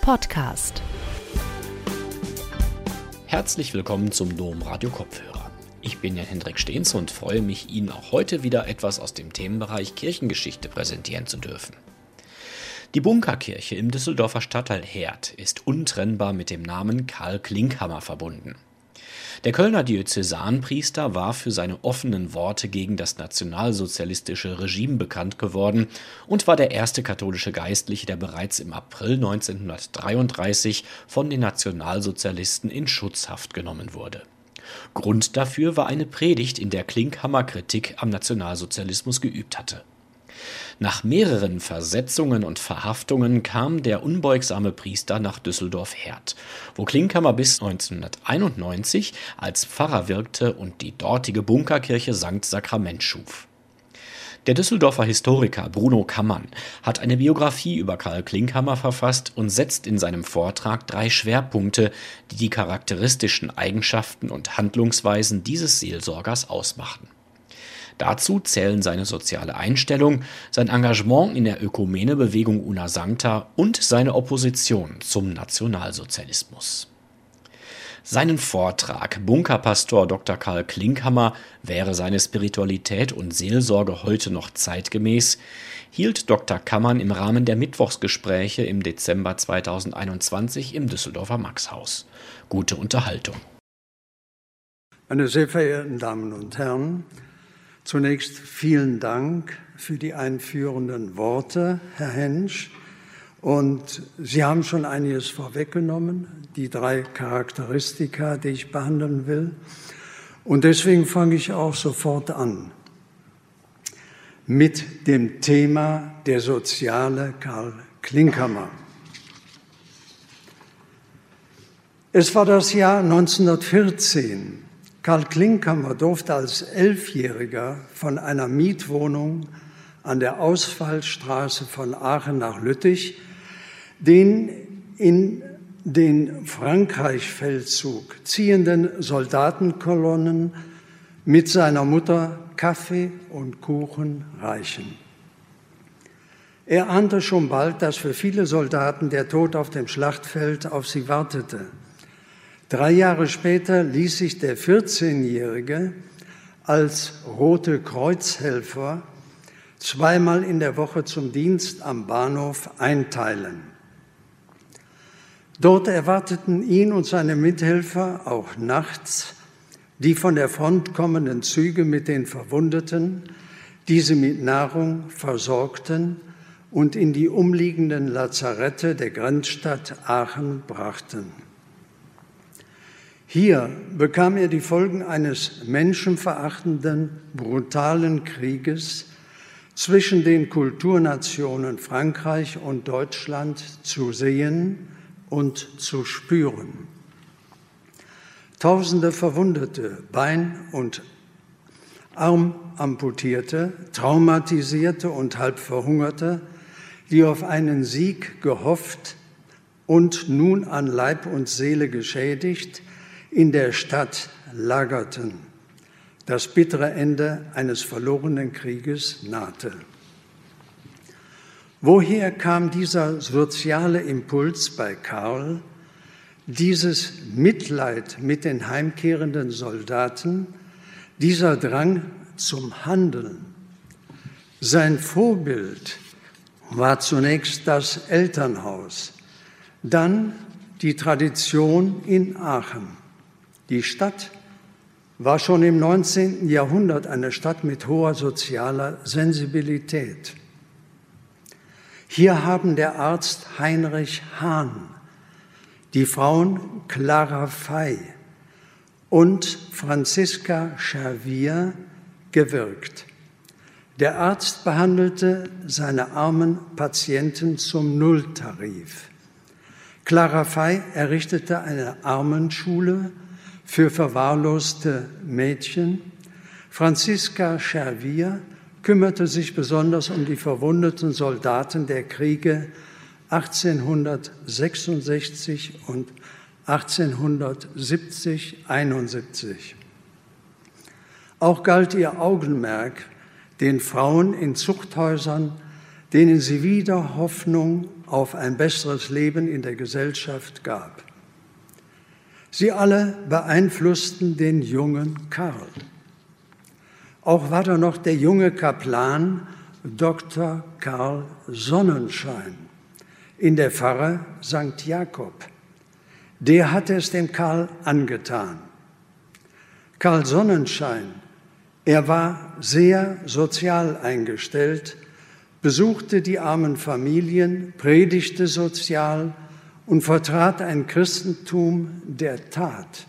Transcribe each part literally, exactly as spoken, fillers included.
Podcast. Herzlich willkommen zum Domradio Kopfhörer. Ich bin Jan Hendrik Stehns und freue mich, Ihnen auch heute wieder etwas aus dem Themenbereich Kirchengeschichte präsentieren zu dürfen. Die Bunkerkirche im Düsseldorfer Stadtteil Herd ist untrennbar mit dem Namen Karl Klinkhammer verbunden. Der Kölner Diözesanpriester war für seine offenen Worte gegen das nationalsozialistische Regime bekannt geworden und war der erste katholische Geistliche, der bereits im April neunzehnhundertdreiunddreißig von den Nationalsozialisten in Schutzhaft genommen wurde. Grund dafür war eine Predigt, in der Klinkhammer Kritik am Nationalsozialismus geübt hatte. Nach mehreren Versetzungen und Verhaftungen kam der unbeugsame Priester nach Düsseldorf-Herd, wo Klinkhammer bis neunzehnhunderteinundneunzig als Pfarrer wirkte und die dortige Bunkerkirche Sankt Sakrament schuf. Der Düsseldorfer Historiker Bruno Kammann hat eine Biografie über Karl Klinkhammer verfasst und setzt in seinem Vortrag drei Schwerpunkte, die die charakteristischen Eigenschaften und Handlungsweisen dieses Seelsorgers ausmachten. Dazu zählen seine soziale Einstellung, sein Engagement in der Ökumenebewegung Una Sancta und seine Opposition zum Nationalsozialismus. Seinen Vortrag Bunkerpastor Doktor Karl Klinkhammer, wäre seine Spiritualität und Seelsorge heute noch zeitgemäß, hielt Doktor Kammann im Rahmen der Mittwochsgespräche im Dezember zweitausendeinundzwanzig im Düsseldorfer Maxhaus. Gute Unterhaltung. Meine sehr verehrten Damen und Herren, zunächst vielen Dank für die einführenden Worte, Herr Hensch. Und Sie haben schon einiges vorweggenommen, die drei Charakteristika, die ich behandeln will. Und deswegen fange ich auch sofort an mit dem Thema der soziale Karl Klinkhammer. Es war das Jahr neunzehnhundertvierzehn. Karl Klinkhammer durfte als Elfjähriger von einer Mietwohnung an der Ausfallstraße von Aachen nach Lüttich den in den Frankreich-Feldzug ziehenden Soldatenkolonnen mit seiner Mutter Kaffee und Kuchen reichen. Er ahnte schon bald, dass für viele Soldaten der Tod auf dem Schlachtfeld auf sie wartete. Drei Jahre später ließ sich der vierzehnjährige als Rote Kreuzhelfer zweimal in der Woche zum Dienst am Bahnhof einteilen. Dort erwarteten ihn und seine Mithelfer auch nachts die von der Front kommenden Züge mit den Verwundeten, die sie mit Nahrung versorgten und in die umliegenden Lazarette der Grenzstadt Aachen brachten. Hier bekam er die Folgen eines menschenverachtenden, brutalen Krieges zwischen den Kulturnationen Frankreich und Deutschland zu sehen und zu spüren. Tausende Verwundete, Bein- und Armamputierte, Traumatisierte und halb Verhungerte, die auf einen Sieg gehofft und nun an Leib und Seele geschädigt in der Stadt lagerten. Das bittere Ende eines verlorenen Krieges nahte. Woher kam dieser soziale Impuls bei Karl, dieses Mitleid mit den heimkehrenden Soldaten, dieser Drang zum Handeln? Sein Vorbild war zunächst das Elternhaus, dann die Tradition in Aachen. Die Stadt war schon im neunzehnten Jahrhundert eine Stadt mit hoher sozialer Sensibilität. Hier haben der Arzt Heinrich Hahn, die Frauen Clara Fey und Franziska Schervier gewirkt. Der Arzt behandelte seine armen Patienten zum Nulltarif. Clara Fey errichtete eine Armenschule für verwahrloste Mädchen. Franziska Schervier kümmerte sich besonders um die verwundeten Soldaten der Kriege achtzehnhundertsechsundsechzig und achtzehnhundertsiebzig einundsiebzig. Auch galt ihr Augenmerk den Frauen in Zuchthäusern denen sie wieder Hoffnung auf ein besseres Leben in der Gesellschaft gab. Sie alle beeinflussten den jungen Karl. Auch war da noch der junge Kaplan Doktor Karl Sonnenschein in der Pfarre Sankt Jakob. Der hatte es dem Karl angetan. Karl Sonnenschein, er war sehr sozial eingestellt, besuchte die armen Familien, predigte sozial und vertrat ein Christentum der Tat.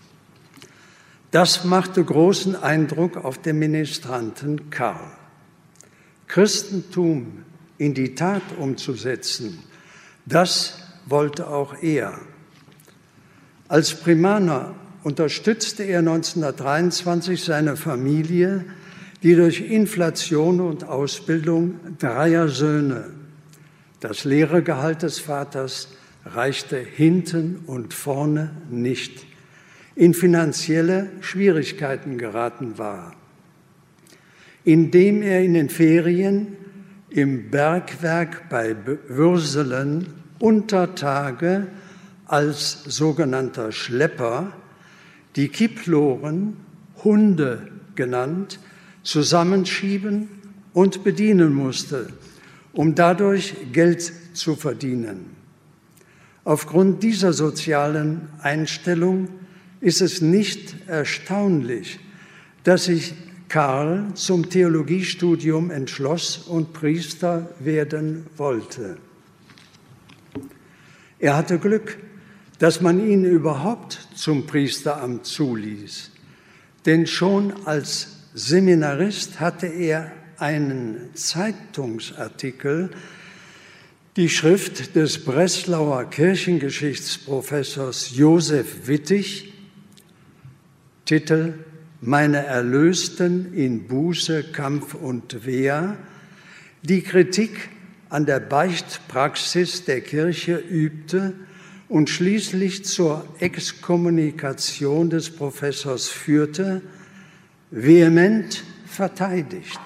Das machte großen Eindruck auf den Ministranten Karl. Christentum in die Tat umzusetzen, das wollte auch er. Als Primaner unterstützte er neunzehnhundertdreiundzwanzig seine Familie, die durch Inflation und Ausbildung dreier Söhne, das Lehrergehalt des Vaters reichte hinten und vorne nicht, in finanzielle Schwierigkeiten geraten war. Indem er in den Ferien im Bergwerk bei Würselen unter Tage als sogenannter Schlepper die Kipploren, Hunde genannt, zusammenschieben und bedienen musste, um dadurch Geld zu verdienen. Aufgrund dieser sozialen Einstellung ist es nicht erstaunlich, dass sich Karl zum Theologiestudium entschloss und Priester werden wollte. Er hatte Glück, dass man ihn überhaupt zum Priesteramt zuließ, denn schon als Seminarist hatte er einen Zeitungsartikel, die Schrift des Breslauer Kirchengeschichtsprofessors Josef Wittig, Titel »Meine Erlösten in Buße, Kampf und Wehr«, die Kritik an der Beichtpraxis der Kirche übte und schließlich zur Exkommunikation des Professors führte, vehement verteidigt.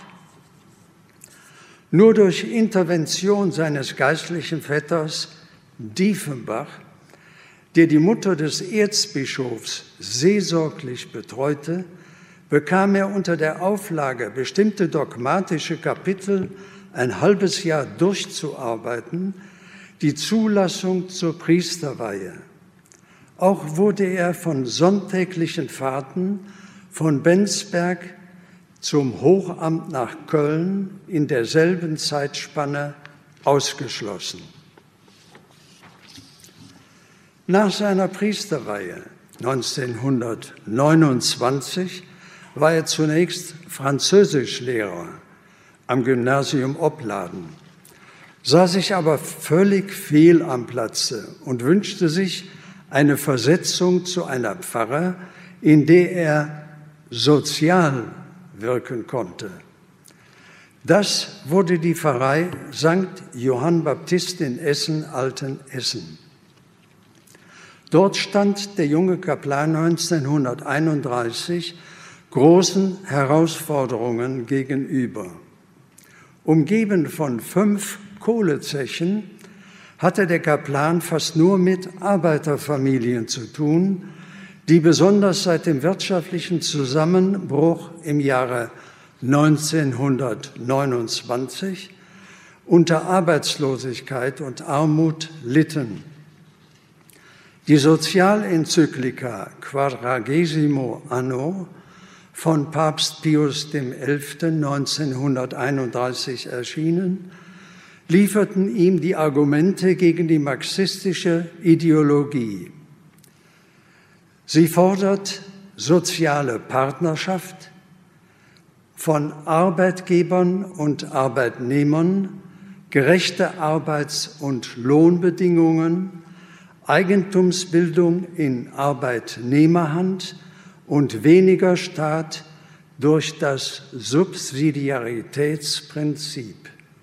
Nur durch Intervention seines geistlichen Vetters Diefenbach, der die Mutter des Erzbischofs seelsorglich betreute, bekam er unter der Auflage, bestimmte dogmatische Kapitel ein halbes Jahr durchzuarbeiten, die Zulassung zur Priesterweihe. Auch wurde er von sonntäglichen Fahrten von Bensberg zum Hochamt nach Köln in derselben Zeitspanne ausgeschlossen. Nach seiner Priesterweihe neunzehnhundertneunundzwanzig war er zunächst Französischlehrer am Gymnasium Opladen, sah sich aber völlig fehl am Platze und wünschte sich eine Versetzung zu einer Pfarre, in der er sozial wirken konnte. Das wurde die Pfarrei Sankt Johann Baptist in Essen, Altenessen. Dort stand der junge Kaplan neunzehnhunderteinunddreißig großen Herausforderungen gegenüber. Umgeben von fünf Kohlezechen hatte der Kaplan fast nur mit Arbeiterfamilien zu tun, die besonders seit dem wirtschaftlichen Zusammenbruch im Jahre neunzehnhundertneunundzwanzig unter Arbeitslosigkeit und Armut litten. Die Sozialenzyklika Quadragesimo Anno von Papst Pius der Elfte neunzehnhunderteinunddreißig erschienen, lieferten ihm die Argumente gegen die marxistische Ideologie. Sie fordert soziale Partnerschaft von Arbeitgebern und Arbeitnehmern, gerechte Arbeits- und Lohnbedingungen, Eigentumsbildung in Arbeitnehmerhand und weniger Staat durch das Subsidiaritätsprinzip.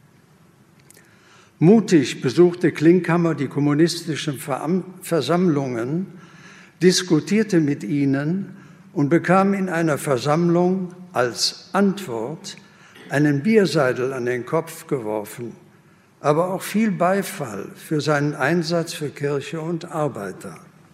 Mutig besuchte Klinkhammer die kommunistischen Versammlungen, diskutierte mit ihnen und bekam in einer Versammlung als Antwort einen Bierseidel an den Kopf geworfen, aber auch viel Beifall für seinen Einsatz für Kirche und Arbeiter.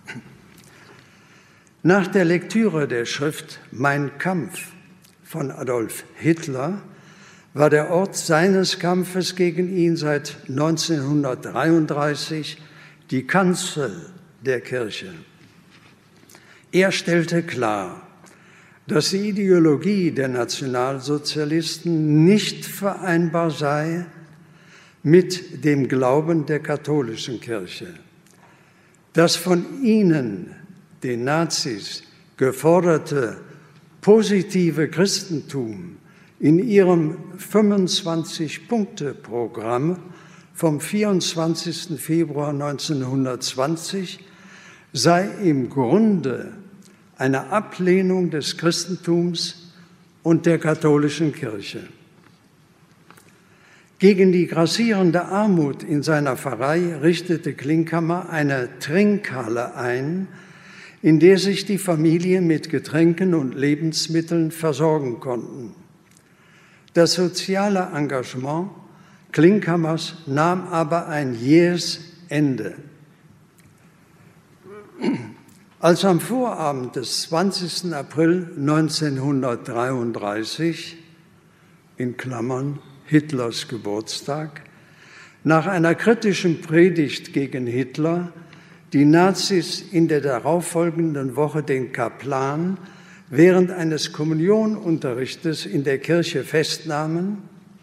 Nach der Lektüre der Schrift Mein Kampf von Adolf Hitler war der Ort seines Kampfes gegen ihn seit neunzehnhundertdreiunddreißig die Kanzel der Kirche. Er stellte klar, dass die Ideologie der Nationalsozialisten nicht vereinbar sei mit dem Glauben der katholischen Kirche. Das von ihnen, den Nazis, geforderte positive Christentum in ihrem fünfundzwanzig-Punkte-Programm vom vierundzwanzigsten Februar neunzehnhundertzwanzig sei im Grunde eine Ablehnung des Christentums und der katholischen Kirche. Gegen die grassierende Armut in seiner Pfarrei richtete Klinkhammer eine Trinkhalle ein, in der sich die Familien mit Getränken und Lebensmitteln versorgen konnten. Das soziale Engagement Klinkhammers nahm aber ein jähes Ende. Als am Vorabend des zwanzigsten April neunzehnhundertdreiunddreißig, in Klammern Hitlers Geburtstag, nach einer kritischen Predigt gegen Hitler die Nazis in der darauffolgenden Woche den Kaplan während eines Kommunionunterrichtes in der Kirche festnahmen,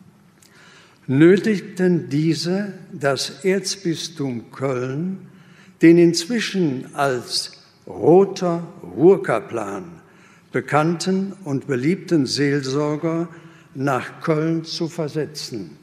nötigten diese das Erzbistum Köln, den inzwischen als Roter Ruhrkaplan bekannten und beliebten Seelsorger nach Köln zu versetzen.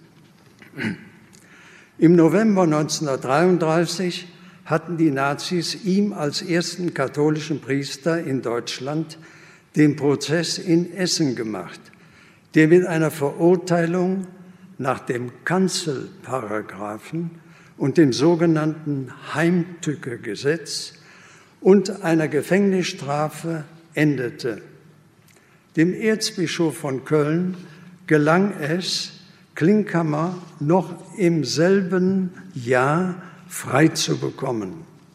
Im November neunzehnhundertdreiunddreißig hatten die Nazis ihm als ersten katholischen Priester in Deutschland den Prozess in Essen gemacht, der mit einer Verurteilung nach dem Kanzelparagraphen und dem sogenannten Heimtücke-Gesetz und einer Gefängnisstrafe endete. Dem Erzbischof von Köln gelang es, Klinkhammer noch im selben Jahr frei zu bekommen.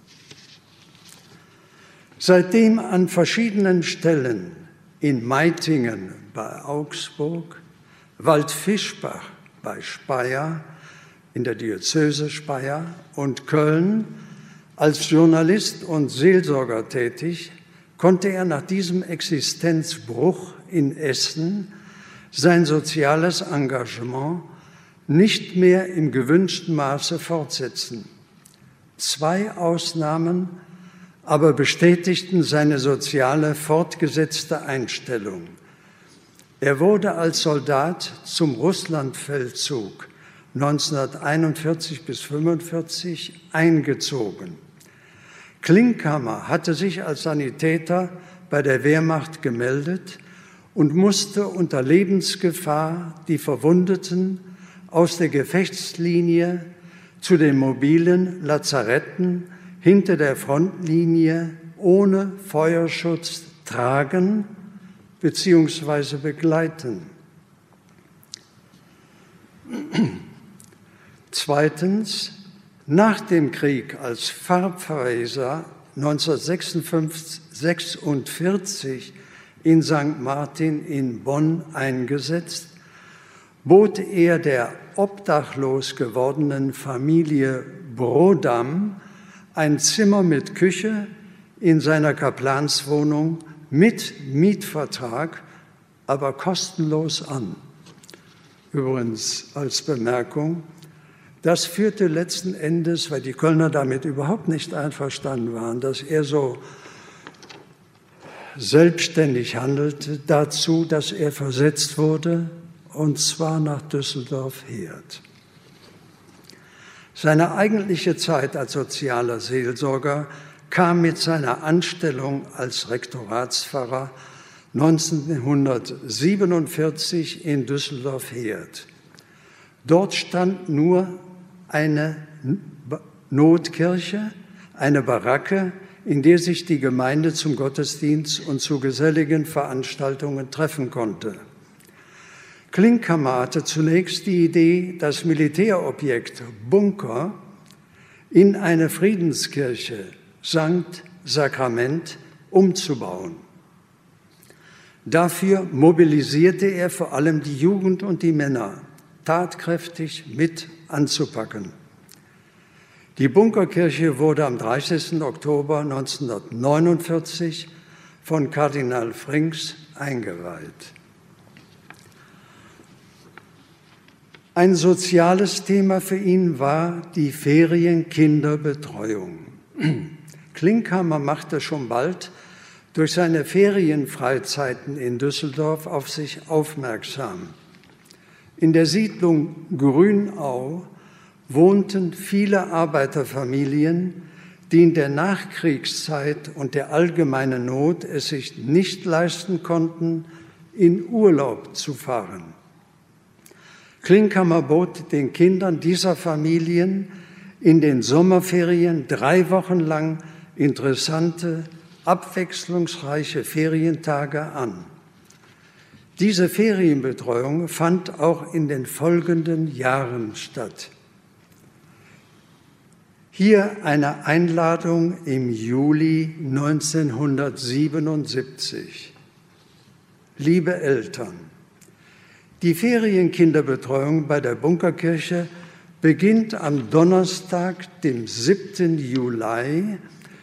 Seitdem an verschiedenen Stellen in Meitingen bei Augsburg, Waldfischbach bei Speyer, in der Diözese Speyer und Köln als Journalist und Seelsorger tätig, konnte er nach diesem Existenzbruch in Essen sein soziales Engagement nicht mehr im gewünschten Maße fortsetzen. Zwei Ausnahmen aber bestätigten seine soziale fortgesetzte Einstellung. Er wurde als Soldat zum Russlandfeldzug neunzehnhunderteinundvierzig bis fünfundvierzig eingezogen. Klinkhammer hatte sich als Sanitäter bei der Wehrmacht gemeldet und musste unter Lebensgefahr die Verwundeten aus der Gefechtslinie zu den mobilen Lazaretten hinter der Frontlinie ohne Feuerschutz tragen bzw. begleiten. Zweitens, nach dem Krieg als Pfarrverweser neunzehnhundertsechsundvierzig in Sankt Martin in Bonn eingesetzt, bot er der obdachlos gewordenen Familie Brodam ein Zimmer mit Küche in seiner Kaplanswohnung mit Mietvertrag, aber kostenlos an. Übrigens als Bemerkung, das führte letzten Endes, weil die Kölner damit überhaupt nicht einverstanden waren, dass er so selbstständig handelte, dazu, dass er versetzt wurde, und zwar nach Düsseldorf-Herd. Seine eigentliche Zeit als sozialer Seelsorger kam mit seiner Anstellung als Rektoratspfarrer neunzehnhundertsiebenundvierzig in Düsseldorf-Herd. Dort stand nur eine Notkirche, eine Baracke, in der sich die Gemeinde zum Gottesdienst und zu geselligen Veranstaltungen treffen konnte. Klinkhammer hatte zunächst die Idee, das Militärobjekt Bunker in eine Friedenskirche, Sankt Sakrament, umzubauen. Dafür mobilisierte er vor allem die Jugend und die Männer, tatkräftig mit anzupacken. Die Bunkerkirche wurde am dreißigsten Oktober neunzehnhundertneunundvierzig von Kardinal Frings eingeweiht. Ein soziales Thema für ihn war die Ferienkinderbetreuung. Klinkhammer machte schon bald durch seine Ferienfreizeiten in Düsseldorf auf sich aufmerksam. In der Siedlung Grünau wohnten viele Arbeiterfamilien, die in der Nachkriegszeit und der allgemeinen Not es sich nicht leisten konnten, in Urlaub zu fahren. Klinkhammer bot den Kindern dieser Familien in den Sommerferien drei Wochen lang interessante, abwechslungsreiche Ferientage an. Diese Ferienbetreuung fand auch in den folgenden Jahren statt. Hier eine Einladung im Juli neunzehnhundertsiebenundsiebzig. Liebe Eltern, die Ferienkinderbetreuung bei der Bunkerkirche beginnt am Donnerstag, dem siebten Juli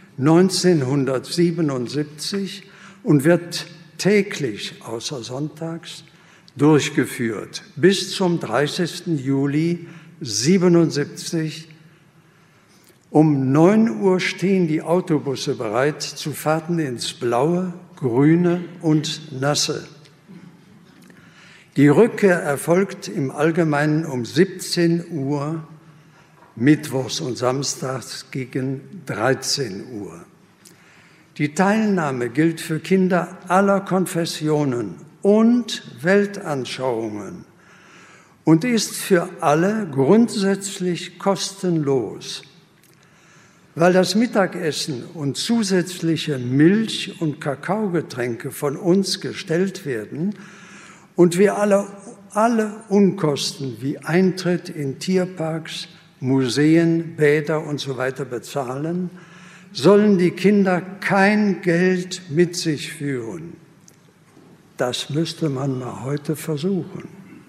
neunzehnhundertsiebenundsiebzig und wird täglich, außer sonntags, durchgeführt bis zum dreißigsten Juli siebenundsiebzig. Um neun Uhr stehen die Autobusse bereit zu Fahrten ins Blaue, Grüne und Nasse. Die Rückkehr erfolgt im Allgemeinen um siebzehn Uhr, mittwochs und samstags gegen dreizehn Uhr. Die Teilnahme gilt für Kinder aller Konfessionen und Weltanschauungen und ist für alle grundsätzlich kostenlos. Weil das Mittagessen und zusätzliche Milch- und Kakaogetränke von uns gestellt werden und wir alle, alle Unkosten wie Eintritt in Tierparks, Museen, Bäder und so weiter bezahlen, sollen die Kinder kein Geld mit sich führen. Das müsste man mal heute versuchen.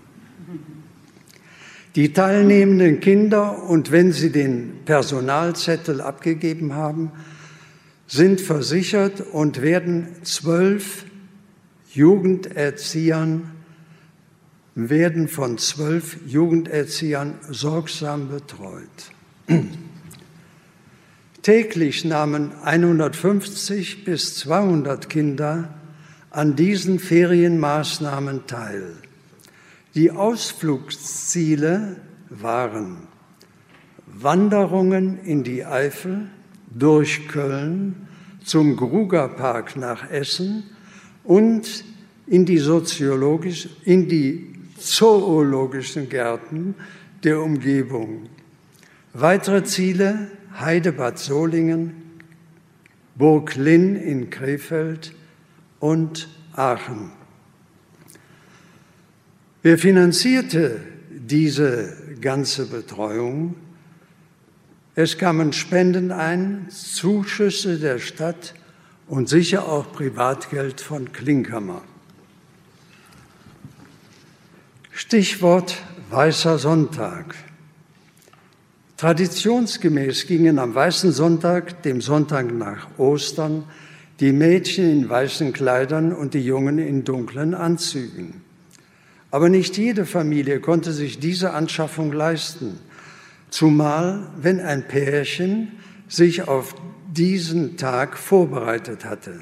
Die teilnehmenden Kinder, und wenn sie den Personalzettel abgegeben haben, sind versichert und werden zwölf Jugenderziehern, werden von zwölf Jugenderziehern sorgsam betreut. Täglich nahmen hundertfünfzig bis zweihundert Kinder an diesen Ferienmaßnahmen teil. Die Ausflugsziele waren Wanderungen in die Eifel, durch Köln, zum Grugerpark nach Essen und in die, soziologisch, in die zoologischen Gärten der Umgebung. Weitere Ziele: Heidebad Solingen, Burg Linn in Krefeld und Aachen. Wer finanzierte diese ganze Betreuung? Es kamen Spenden ein, Zuschüsse der Stadt und sicher auch Privatgeld von Klinkhammer. Stichwort Weißer Sonntag. Traditionsgemäß gingen am Weißen Sonntag, dem Sonntag nach Ostern, die Mädchen in weißen Kleidern und die Jungen in dunklen Anzügen. Aber nicht jede Familie konnte sich diese Anschaffung leisten, zumal wenn ein Pärchen sich auf diesen Tag vorbereitet hatte.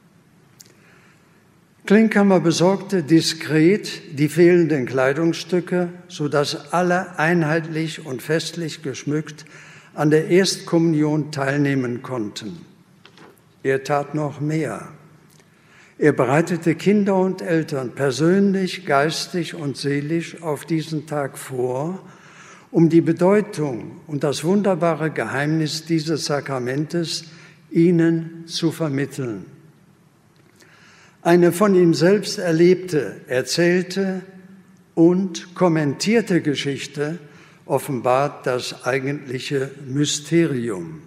Klinkhammer besorgte diskret die fehlenden Kleidungsstücke, sodass alle einheitlich und festlich geschmückt an der Erstkommunion teilnehmen konnten. Er tat noch mehr. Er bereitete Kinder und Eltern persönlich, geistig und seelisch auf diesen Tag vor, um die Bedeutung und das wunderbare Geheimnis dieses Sakramentes ihnen zu vermitteln. Eine von ihm selbst erlebte, erzählte und kommentierte Geschichte offenbart das eigentliche Mysterium.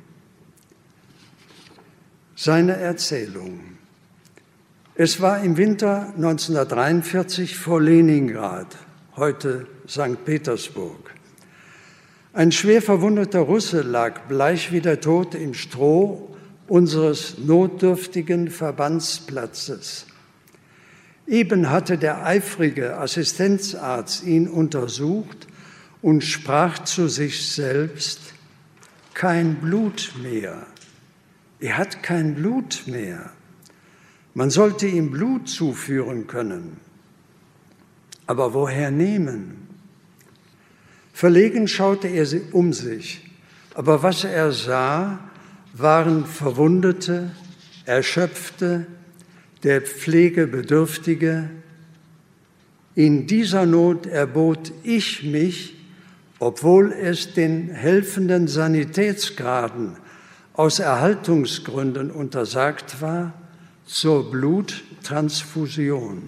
Seine Erzählung. Es war im Winter neunzehnhundertdreiundvierzig vor Leningrad, heute Sankt Petersburg. Ein schwer verwundeter Russe lag bleich wie der Tod im Stroh unseres notdürftigen Verbandsplatzes. Eben hatte der eifrige Assistenzarzt ihn untersucht und sprach zu sich selbst: Kein Blut mehr. Er hat kein Blut mehr. Man sollte ihm Blut zuführen können. Aber woher nehmen? Verlegen schaute er um sich, aber was er sah, waren Verwundete, Erschöpfte, der Pflege Bedürftige. In dieser Not erbot ich mich, obwohl es den helfenden Sanitätsgraden aus Erhaltungsgründen untersagt war, zur Bluttransfusion.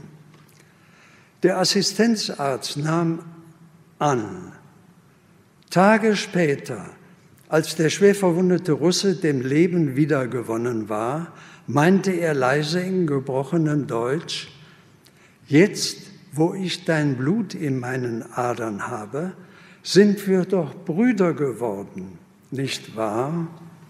Der Assistenzarzt nahm an. Tage später, als der schwer verwundete Russe dem Leben wiedergewonnen war, meinte er leise in gebrochenem Deutsch: Jetzt, wo ich dein Blut in meinen Adern habe, sind wir doch Brüder geworden, nicht wahr?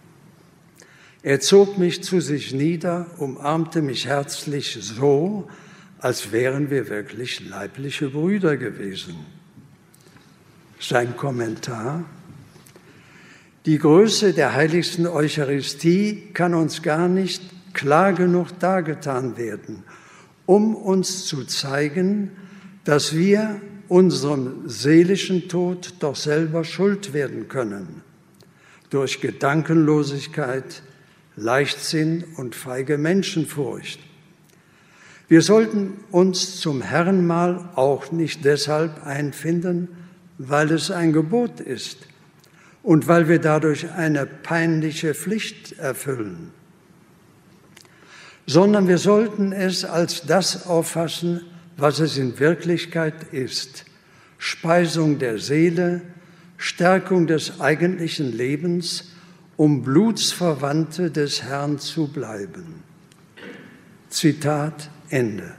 Er zog mich zu sich nieder, umarmte mich herzlich so, als wären wir wirklich leibliche Brüder gewesen. Sein Kommentar: Die Größe der heiligsten Eucharistie kann uns gar nicht klar genug dargetan werden, um uns zu zeigen, dass wir unserem seelischen Tod doch selber schuld werden können, durch Gedankenlosigkeit, Leichtsinn und feige Menschenfurcht. Wir sollten uns zum Herrenmahl auch nicht deshalb einfinden, weil es ein Gebot ist und weil wir dadurch eine peinliche Pflicht erfüllen, sondern wir sollten es als das auffassen, was es in Wirklichkeit ist: Speisung der Seele, Stärkung des eigentlichen Lebens, um Blutsverwandte des Herrn zu bleiben. Zitat Ende.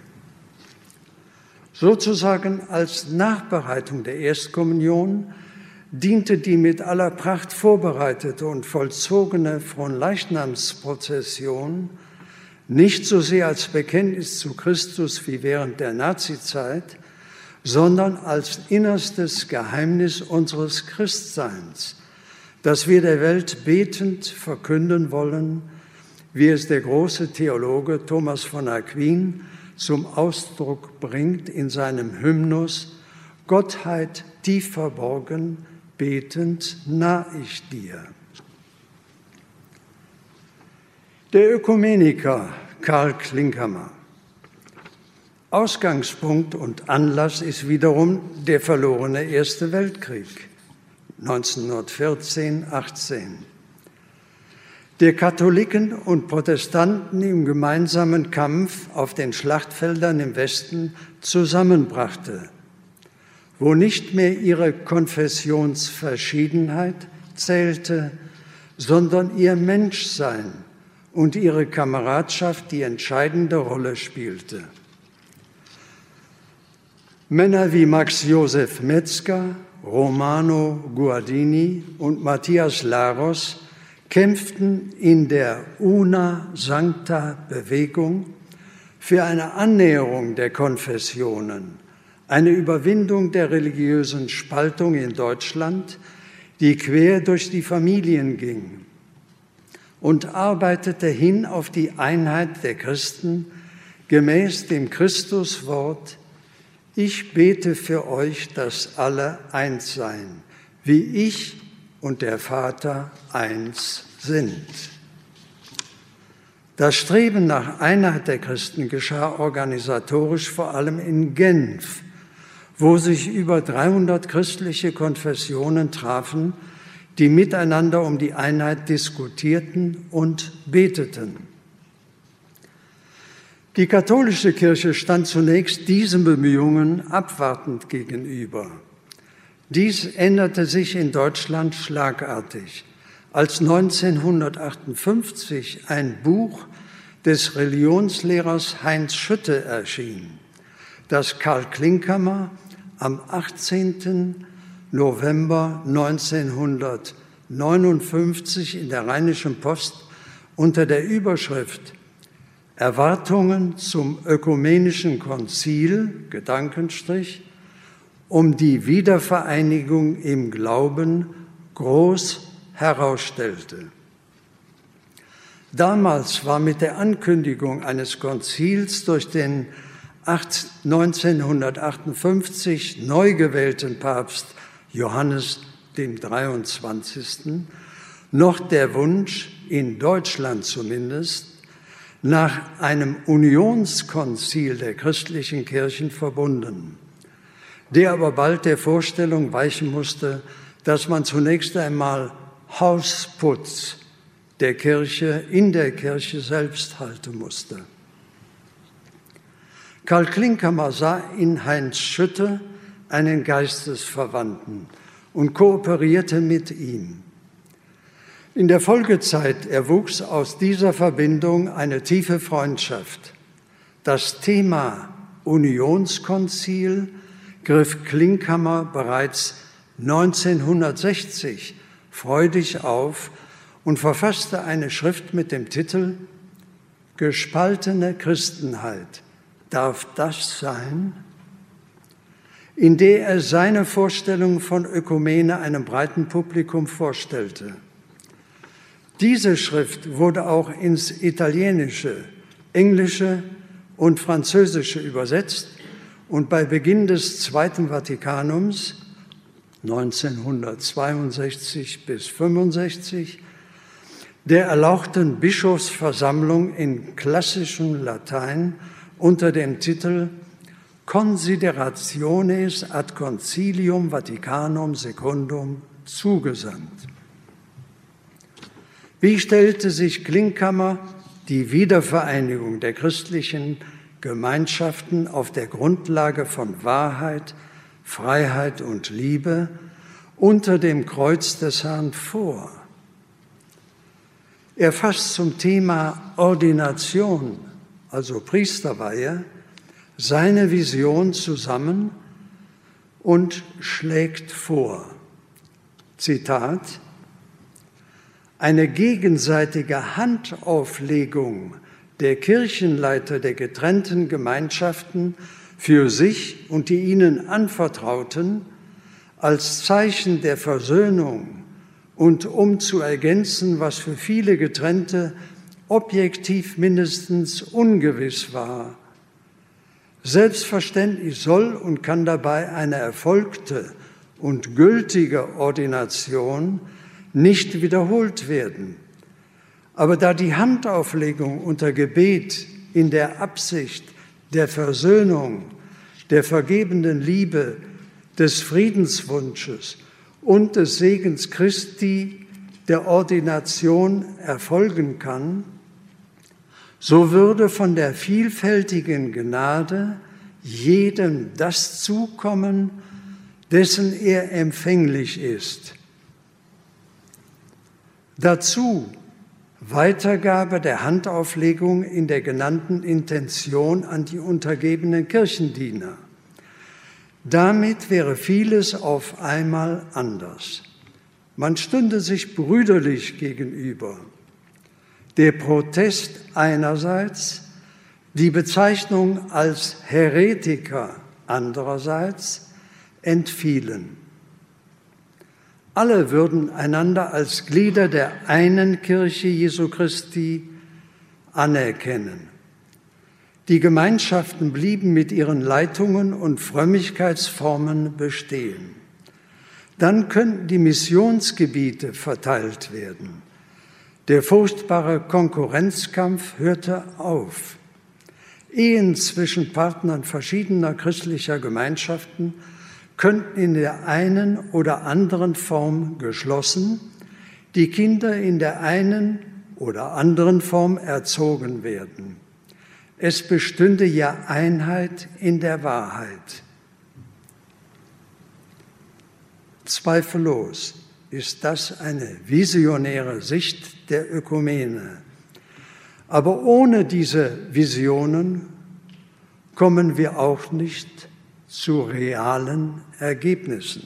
Sozusagen als Nachbereitung der Erstkommunion diente die mit aller Pracht vorbereitete und vollzogene Fronleichnamsprozession nicht so sehr als Bekenntnis zu Christus wie während der Nazizeit, sondern als innerstes Geheimnis unseres Christseins, das wir der Welt betend verkünden wollen, wie es der große Theologe Thomas von Aquin zum Ausdruck bringt in seinem Hymnus Gottheit tief verborgen, betend nah ich dir. Der Ökumeniker Karl Klinkhammer. Ausgangspunkt und Anlass ist wiederum der verlorene Erste Weltkrieg neunzehnhundertvierzehn achtzehn, der Katholiken und Protestanten im gemeinsamen Kampf auf den Schlachtfeldern im Westen zusammenbrachte, wo nicht mehr ihre Konfessionsverschiedenheit zählte, sondern ihr Menschsein und ihre Kameradschaft die entscheidende Rolle spielte. Männer wie Max Josef Metzger, Romano Guardini und Matthias Laros kämpften in der Una Sancta Bewegung für eine Annäherung der Konfessionen, eine Überwindung der religiösen Spaltung in Deutschland, die quer durch die Familien ging, und arbeitete hin auf die Einheit der Christen gemäß dem Christuswort: Ich bete für euch, dass alle eins seien, wie ich und der Vater eins sind. Das Streben nach Einheit der Christen geschah organisatorisch vor allem in Genf, wo sich über dreihundert christliche Konfessionen trafen, die miteinander um die Einheit diskutierten und beteten. Die katholische Kirche stand zunächst diesen Bemühungen abwartend gegenüber. Dies änderte sich in Deutschland schlagartig, als neunzehnhundertachtundfünfzig ein Buch des Religionslehrers Heinz Schütte erschien, das Karl Klinkhammer am achtzehnten November neunzehnhundertneunundfünfzig in der Rheinischen Post unter der Überschrift Erwartungen zum Ökumenischen Konzil, Gedankenstrich, um die Wiedervereinigung im Glauben groß herausstellte. Damals war mit der Ankündigung eines Konzils durch den neunzehnhundertachtundfünfzig neu gewählten Papst Johannes den dreiundzwanzigsten noch der Wunsch, in Deutschland zumindest, nach einem Unionskonzil der christlichen Kirchen verbunden, der aber bald der Vorstellung weichen musste, dass man zunächst einmal Hausputz der Kirche in der Kirche selbst halten musste. Karl Klinkhammer sah in Heinz Schütte einen Geistesverwandten und kooperierte mit ihm. In der Folgezeit erwuchs aus dieser Verbindung eine tiefe Freundschaft. Das Thema Unionskonzil griff Klinkhammer bereits neunzehnhundertsechzig freudig auf und verfasste eine Schrift mit dem Titel »Gespaltene Christenheit. Darf das sein?«, in der er seine Vorstellung von Ökumene einem breiten Publikum vorstellte. Diese Schrift wurde auch ins Italienische, Englische und Französische übersetzt und bei Beginn des Zweiten Vatikanums neunzehnhundertzweiundsechzig bis fünfundsechzig der erlauchten Bischofsversammlung in klassischem Latein unter dem Titel Considerationes ad Concilium Vaticanum secundum zugesandt. Wie stellte sich Klinkhammer die Wiedervereinigung der christlichen Gemeinschaften auf der Grundlage von Wahrheit, Freiheit und Liebe unter dem Kreuz des Herrn vor? Er fasst zum Thema Ordination, also Priesterweihe, seine Vision zusammen und schlägt vor, Zitat, eine gegenseitige Handauflegung der Kirchenleiter der getrennten Gemeinschaften für sich und die ihnen Anvertrauten als Zeichen der Versöhnung und um zu ergänzen, was für viele Getrennte objektiv mindestens ungewiss war. Selbstverständlich soll und kann dabei eine erfolgte und gültige Ordination nicht wiederholt werden. Aber da die Handauflegung unter Gebet in der Absicht der Versöhnung, der vergebenden Liebe, des Friedenswunsches und des Segens Christi der Ordination erfolgen kann, so würde von der vielfältigen Gnade jedem das zukommen, dessen er empfänglich ist. Dazu Weitergabe der Handauflegung in der genannten Intention an die untergebenen Kirchendiener. Damit wäre vieles auf einmal anders. Man stünde sich brüderlich gegenüber. Der Protest einerseits, die Bezeichnung als Heretiker andererseits entfielen. Alle würden einander als Glieder der einen Kirche Jesu Christi anerkennen. Die Gemeinschaften blieben mit ihren Leitungen und Frömmigkeitsformen bestehen. Dann könnten die Missionsgebiete verteilt werden. Der furchtbare Konkurrenzkampf hörte auf. Ehen zwischen Partnern verschiedener christlicher Gemeinschaften könnten in der einen oder anderen Form geschlossen, die Kinder in der einen oder anderen Form erzogen werden. Es bestünde ja Einheit in der Wahrheit. Zweifellos ist das eine visionäre Sicht der Ökumene. Aber ohne diese Visionen kommen wir auch nicht zu realen Ergebnissen.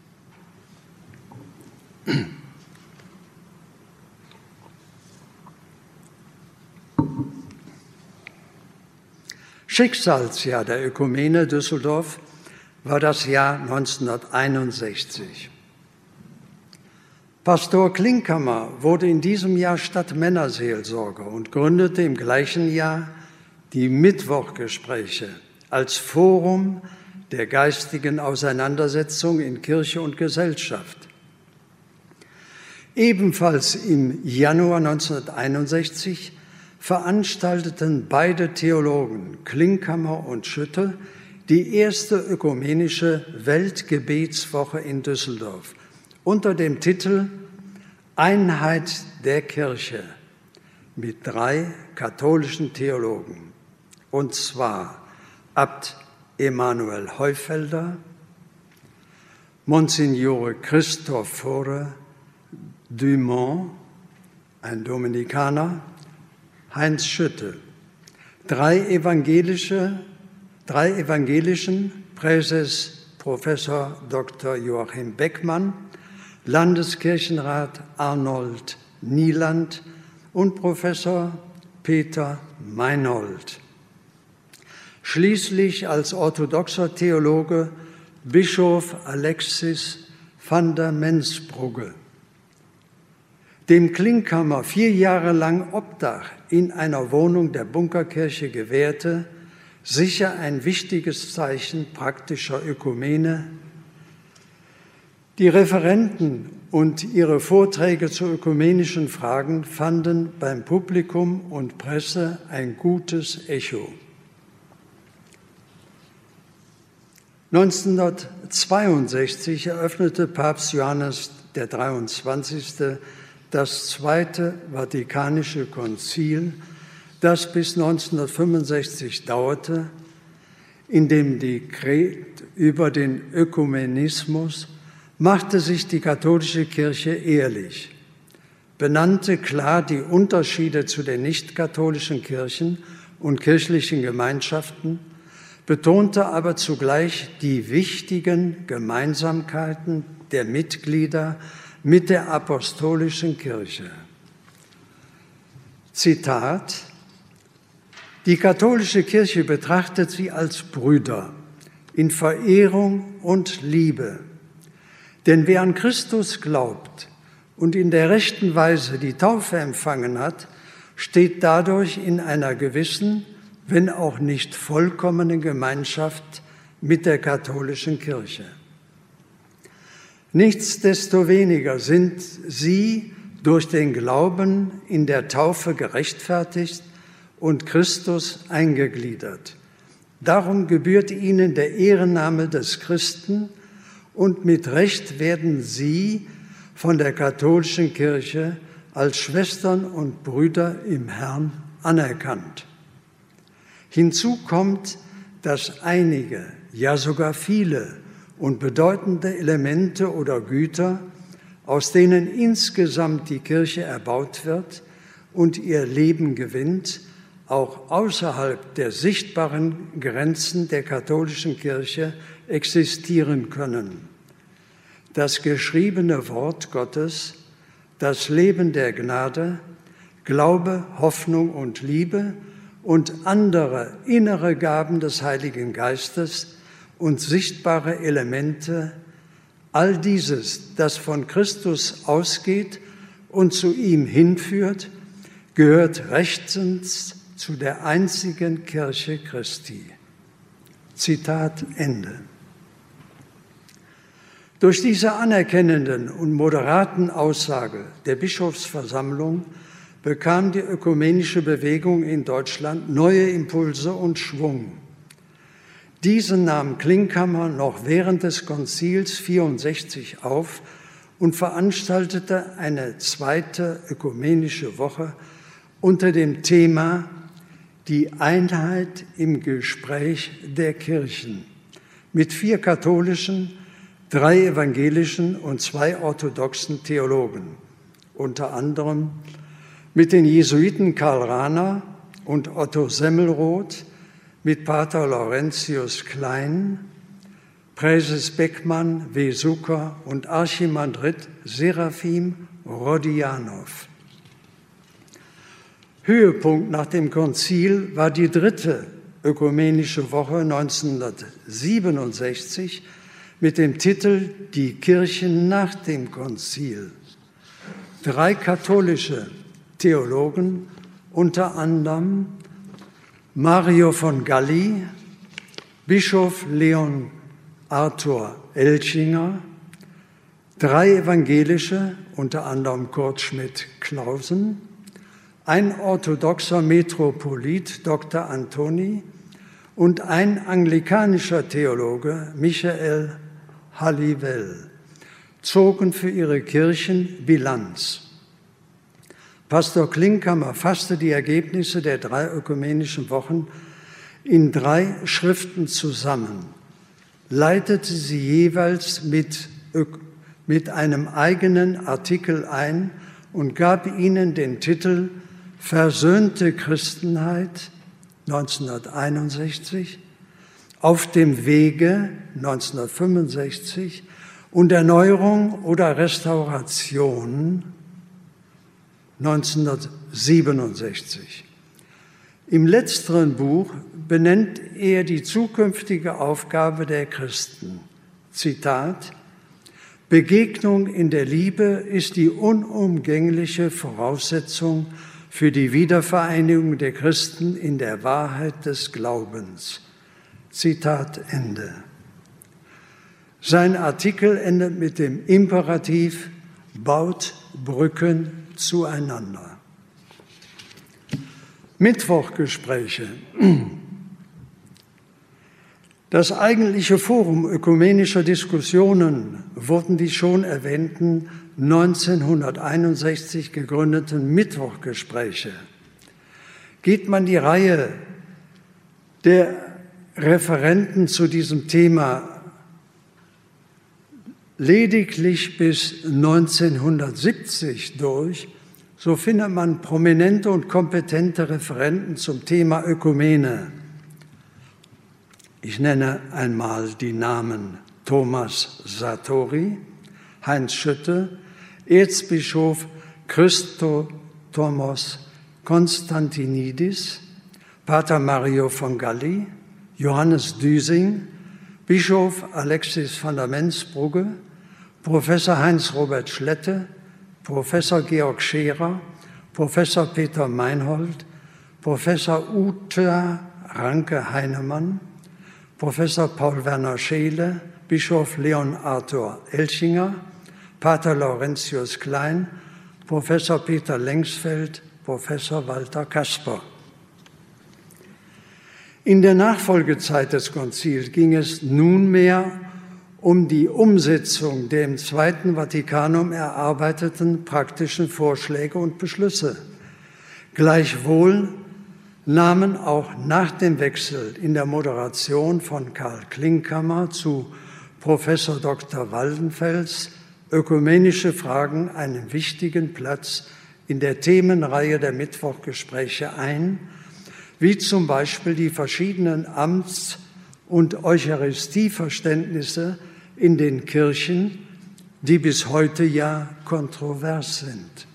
Schicksalsjahr der Ökumene Düsseldorf war das Jahr neunzehnhunderteinundsechzig. Pastor Klinkhammer wurde in diesem Jahr Stadtmännerseelsorger und gründete im gleichen Jahr die Mittwochgespräche als Forum der geistigen Auseinandersetzung in Kirche und Gesellschaft. Ebenfalls im Januar neunzehnhunderteinundsechzig veranstalteten beide Theologen, Klinkhammer und Schütte, die erste ökumenische Weltgebetswoche in Düsseldorf unter dem Titel Einheit der Kirche mit drei katholischen Theologen, und zwar Abt Emanuel Heufelder, Monsignore Cristoforo Dumont, ein Dominikaner, Heinz Schütte, drei evangelische, drei evangelischen, Präses Professor Doktor Joachim Beckmann, Landeskirchenrat Arnold Nieland und Professor Peter Meinhold. Schließlich als orthodoxer Theologe Bischof Alexis van der Mensbrugge, dem Klinkhammer vier Jahre lang Obdach in einer Wohnung der Bunkerkirche gewährte, sicher ein wichtiges Zeichen praktischer Ökumene. Die Referenten und ihre Vorträge zu ökumenischen Fragen fanden beim Publikum und Presse ein gutes Echo. neunzehnhundertzweiundsechzig eröffnete Papst Johannes der dreiundzwanzigste das Zweite Vatikanische Konzil, das bis neunzehnhundertfünfundsechzig dauerte. In dem Dekret über den Ökumenismus machte sich die katholische Kirche ehrlich, benannte klar die Unterschiede zu den nicht-katholischen Kirchen und kirchlichen Gemeinschaften, betonte aber zugleich die wichtigen Gemeinsamkeiten der Mitglieder mit der apostolischen Kirche. Zitat: Die katholische Kirche betrachtet sie als Brüder in Verehrung und Liebe. Denn wer an Christus glaubt und in der rechten Weise die Taufe empfangen hat, steht dadurch in einer gewissen, wenn auch nicht vollkommenen Gemeinschaft mit der katholischen Kirche. Nichtsdestoweniger sind sie durch den Glauben in der Taufe gerechtfertigt und Christus eingegliedert. Darum gebührt ihnen der Ehrenname des Christen und mit Recht werden sie von der katholischen Kirche als Schwestern und Brüder im Herrn anerkannt. Hinzu kommt, dass einige, ja sogar viele und bedeutende Elemente oder Güter, aus denen insgesamt die Kirche erbaut wird und ihr Leben gewinnt, auch außerhalb der sichtbaren Grenzen der katholischen Kirche existieren können. Das geschriebene Wort Gottes, das Leben der Gnade, Glaube, Hoffnung und Liebe und andere innere Gaben des Heiligen Geistes und sichtbare Elemente, all dieses, das von Christus ausgeht und zu ihm hinführt, gehört rechtens zu der einzigen Kirche Christi. Zitat Ende. Durch diese anerkennenden und moderaten Aussage der Bischofsversammlung bekam die ökumenische Bewegung in Deutschland neue Impulse und Schwung. Diese nahm Klinkhammer noch während des Konzils vierundsechzig auf und veranstaltete eine zweite ökumenische Woche unter dem Thema die Einheit im Gespräch der Kirchen mit vier katholischen, drei evangelischen und zwei orthodoxen Theologen, unter anderem mit den Jesuiten Karl Rahner und Otto Semmelroth, mit Pater Laurentius Klein, Präses Beckmann, W. Sucker und Archimandrit Seraphim Rodionov. Höhepunkt nach dem Konzil war die dritte Ökumenische Woche neunzehnhundertsiebenundsechzig mit dem Titel Die Kirchen nach dem Konzil. Drei katholische Theologen, unter anderem Mario von Galli, Bischof Leon Arthur Elchinger, drei evangelische, unter anderem Kurt Schmidt-Clausen, ein orthodoxer Metropolit, Doktor Antoni, und ein anglikanischer Theologe, Michael Halliwell, zogen für ihre Kirchen Bilanz. Pastor Klinkhammer fasste die Ergebnisse der drei ökumenischen Wochen in drei Schriften zusammen, leitete sie jeweils mit, mit einem eigenen Artikel ein und gab ihnen den Titel Versöhnte Christenheit neunzehnhunderteinundsechzig, Auf dem Wege neunzehnhundertfünfundsechzig und Erneuerung oder Restauration neunzehnhundertsiebenundsechzig. Im letzteren Buch benennt er die zukünftige Aufgabe der Christen. Zitat: Begegnung in der Liebe ist die unumgängliche Voraussetzung für die Wiedervereinigung der Christen in der Wahrheit des Glaubens. Zitat Ende. Sein Artikel endet mit dem Imperativ: Baut Brücken zueinander. Mittwochgespräche. Das eigentliche Forum ökumenischer Diskussionen wurden die schon erwähnten neunzehnhunderteinundsechzig gegründeten Mittwochgespräche. Geht man die Reihe der Referenten zu diesem Thema lediglich bis neunzehnhundertsiebzig durch, so findet man prominente und kompetente Referenten zum Thema Ökumene. Ich nenne einmal die Namen Thomas Satori, Heinz Schütte, Erzbischof Christotomos Konstantinidis, Pater Mario von Galli, Johannes Düsing, Bischof Alexis van der Mensbrugge, Professor Heinz-Robert Schlette, Professor Georg Scherer, Professor Peter Meinhold, Professor Uta Ranke-Heinemann, Professor Paul Werner Scheele, Bischof Leon Arthur Elchinger, Pater Laurentius Klein, Professor Peter Lengsfeld, Professor Walter Kasper. In der Nachfolgezeit des Konzils ging es nunmehr um die Umsetzung der im Zweiten Vatikanum erarbeiteten praktischen Vorschläge und Beschlüsse. Gleichwohl nahmen auch nach dem Wechsel in der Moderation von Karl Klinkhammer zu Professor Doktor Waldenfels ökumenische Fragen einen wichtigen Platz in der Themenreihe der Mittwochgespräche ein, wie zum Beispiel die verschiedenen Amts- und Eucharistieverständnisse in den Kirchen, die bis heute ja kontrovers sind.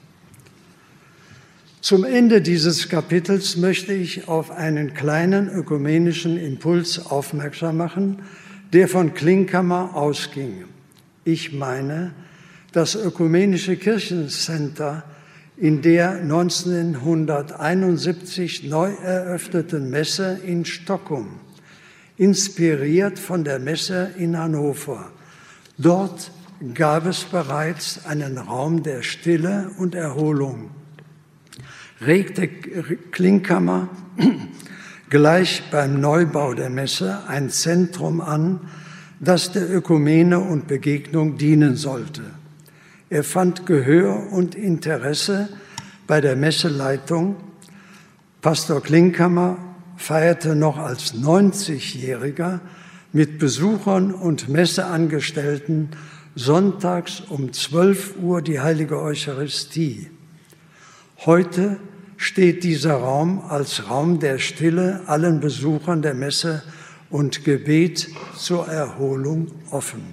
Zum Ende dieses Kapitels möchte ich auf einen kleinen ökumenischen Impuls aufmerksam machen, der von Klinkhammer ausging. Ich meine das Ökumenische Kirchencenter in der neunzehnhunderteinundsiebzig neu eröffneten Messe in Stockholm, inspiriert von der Messe in Hannover. Dort gab es bereits einen Raum der Stille und Erholung. Regte Klinkhammer gleich beim Neubau der Messe ein Zentrum an, das der Ökumene und Begegnung dienen sollte. Er fand Gehör und Interesse bei der Messeleitung Pastor Klinkhammer feierte noch als neunzigjähriger mit Besuchern und Messeangestellten sonntags um zwölf Uhr die heilige Eucharistie. Heute steht dieser Raum als Raum der Stille allen Besuchern der Messe und Gebet zur Erholung offen.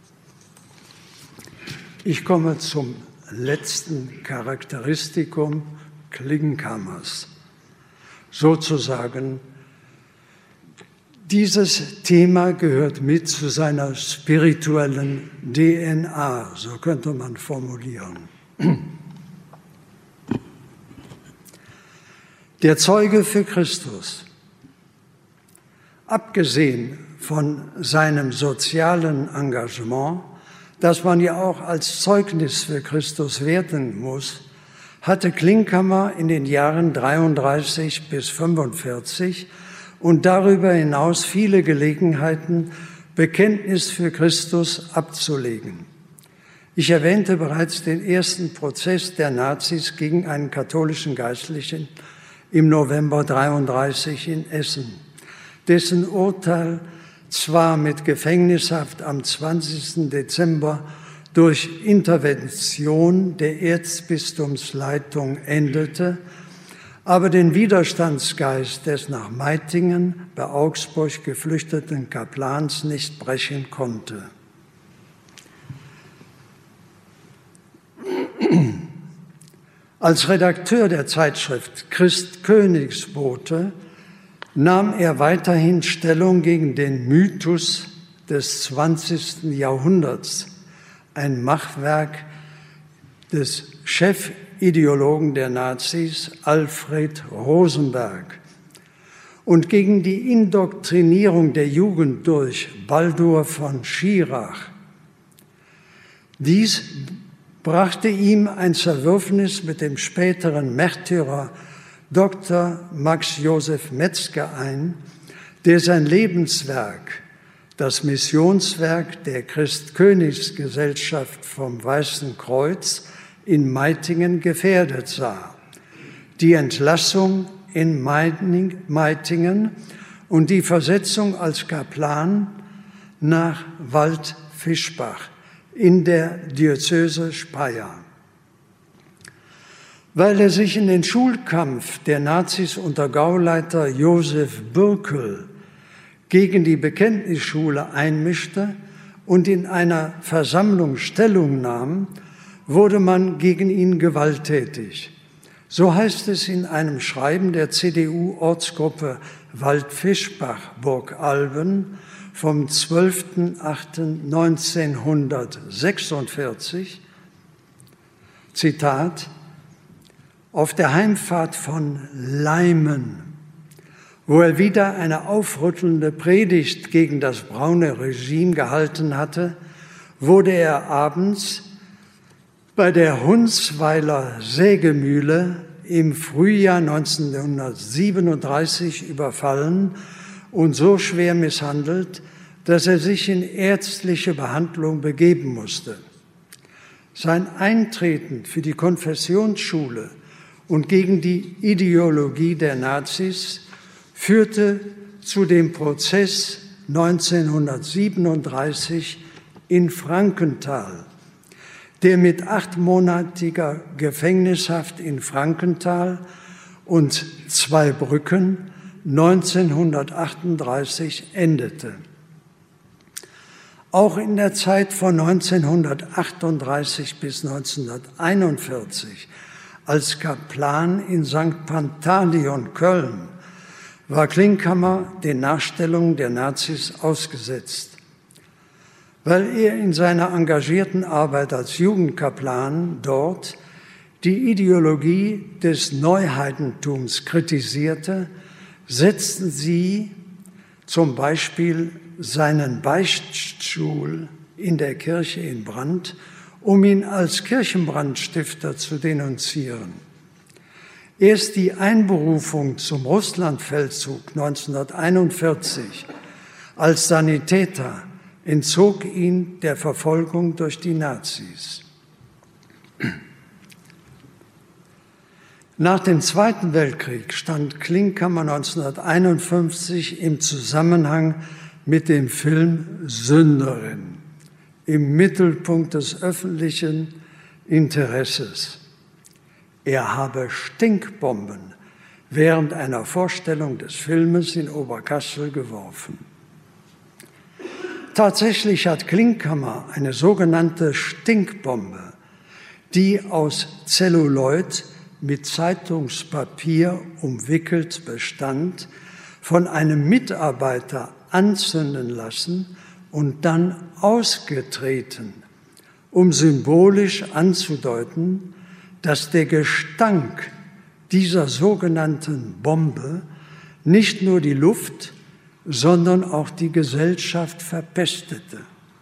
Ich komme zum letzten Charakteristikum Klinkhammers. Sozusagen, dieses Thema gehört mit zu seiner spirituellen D N A, so könnte man formulieren. Der Zeuge für Christus. Abgesehen von seinem sozialen Engagement, das man ja auch als Zeugnis für Christus werten muss, hatte Klinkhammer in den Jahren dreiunddreißig bis fünfundvierzig und darüber hinaus viele Gelegenheiten, Bekenntnis für Christus abzulegen. Ich erwähnte bereits den ersten Prozess der Nazis gegen einen katholischen Geistlichen im November dreiunddreißig in Essen, dessen Urteil zwar mit Gefängnishaft am zwanzigsten Dezember durch Intervention der Erzbistumsleitung endete, aber den Widerstandsgeist des nach Meitingen bei Augsburg geflüchteten Kaplans nicht brechen konnte. Als Redakteur der Zeitschrift Christ-Königsbote nahm er weiterhin Stellung gegen den Mythos des zwanzigsten Jahrhunderts, ein Machwerk des Chefideologen der Nazis, Alfred Rosenberg, und gegen die Indoktrinierung der Jugend durch Baldur von Schirach. Dies brachte ihm ein Zerwürfnis mit dem späteren Märtyrer Doktor Max Josef Metzger ein, der sein Lebenswerk, das Missionswerk der Christ-Königsgesellschaft vom Weißen Kreuz in Meitingen gefährdet sah. Die Entlassung in Meitingen und die Versetzung als Kaplan nach Waldfischbach in der Diözese Speyer. Weil er sich in den Schulkampf der Nazis unter Gauleiter Josef Bürkel gegen die Bekenntnisschule einmischte und in einer Versammlung Stellung nahm, wurde man gegen ihn gewalttätig. So heißt es in einem Schreiben der C D U-Ortsgruppe Waldfischbach-Burgalben vom zwölften achten neunzehnhundertsechsundvierzig, Zitat: Auf der Heimfahrt von Leimen, wo er wieder eine aufrüttelnde Predigt gegen das braune Regime gehalten hatte, wurde er abends bei der Hunsweiler Sägemühle im Frühjahr neunzehnhundertsiebenunddreißig überfallen und so schwer misshandelt, dass er sich in ärztliche Behandlung begeben musste. Sein Eintreten für die Konfessionsschule und gegen die Ideologie der Nazis führte zu dem Prozess neunzehnhundertsiebenunddreißig in Frankenthal, der mit achtmonatiger Gefängnishaft in Frankenthal und Zweibrücken neunzehnhundertachtunddreißig endete. Auch in der Zeit von neunzehnhundertachtunddreißig bis neunzehnhunderteinundvierzig als Kaplan in Sankt Pantaleon, Köln, war Klinkhammer den Nachstellungen der Nazis ausgesetzt. Weil er in seiner engagierten Arbeit als Jugendkaplan dort die Ideologie des Neuheidentums kritisierte, setzten sie zum Beispiel seinen Beichtstuhl in der Kirche in Brand, um ihn als Kirchenbrandstifter zu denunzieren. Erst die Einberufung zum Russlandfeldzug neunzehnhunderteinundvierzig als Sanitäter entzog ihn der Verfolgung durch die Nazis. Nach dem Zweiten Weltkrieg stand Klinkhammer neunzehnhunderteinundfünfzig im Zusammenhang mit dem Film Sünderin im Mittelpunkt des öffentlichen Interesses. Er habe Stinkbomben während einer Vorstellung des Filmes in Oberkassel geworfen. Tatsächlich hat Klinkhammer eine sogenannte Stinkbombe, die aus Zelluloid mit Zeitungspapier umwickelt bestand, von einem Mitarbeiter anzünden lassen und dann ausgetreten, um symbolisch anzudeuten, dass der Gestank dieser sogenannten Bombe nicht nur die Luft, sondern auch die Gesellschaft verpestete.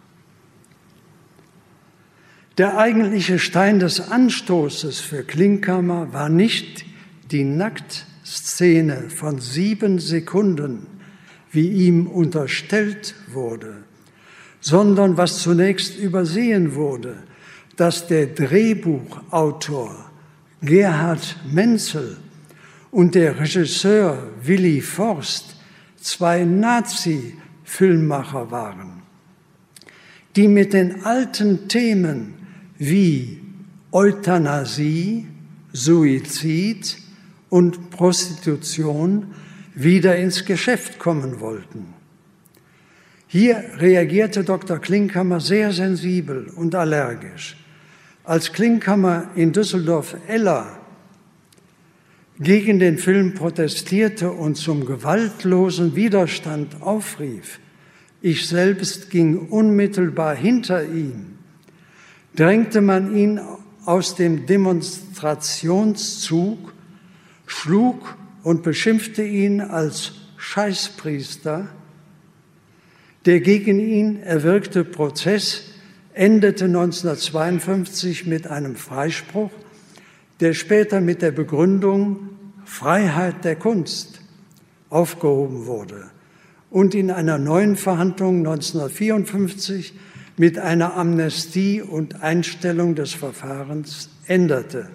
Der eigentliche Stein des Anstoßes für Klinkhammer war nicht die Nacktszene von sieben Sekunden, wie ihm unterstellt wurde, sondern was zunächst übersehen wurde, dass der Drehbuchautor Gerhard Menzel und der Regisseur Willi Forst zwei Nazi-Filmmacher waren, die mit den alten Themen wie Euthanasie, Suizid und Prostitution wieder ins Geschäft kommen wollten. Hier reagierte Doktor Klinkhammer sehr sensibel und allergisch. Als Klinkhammer in Düsseldorf-Eller gegen den Film protestierte und zum gewaltlosen Widerstand aufrief, ich selbst ging unmittelbar hinter ihm, drängte man ihn aus dem Demonstrationszug, schlug und beschimpfte ihn als Scheißpriester. Der gegen ihn erwirkte Prozess endete neunzehnhundertzweiundfünfzig mit einem Freispruch, der später mit der Begründung Freiheit der Kunst aufgehoben wurde und in einer neuen Verhandlung neunzehnhundertvierundfünfzig mit einer Amnestie und Einstellung des Verfahrens änderte.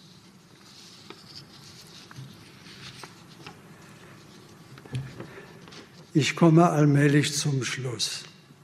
Ich komme allmählich zum Schluss.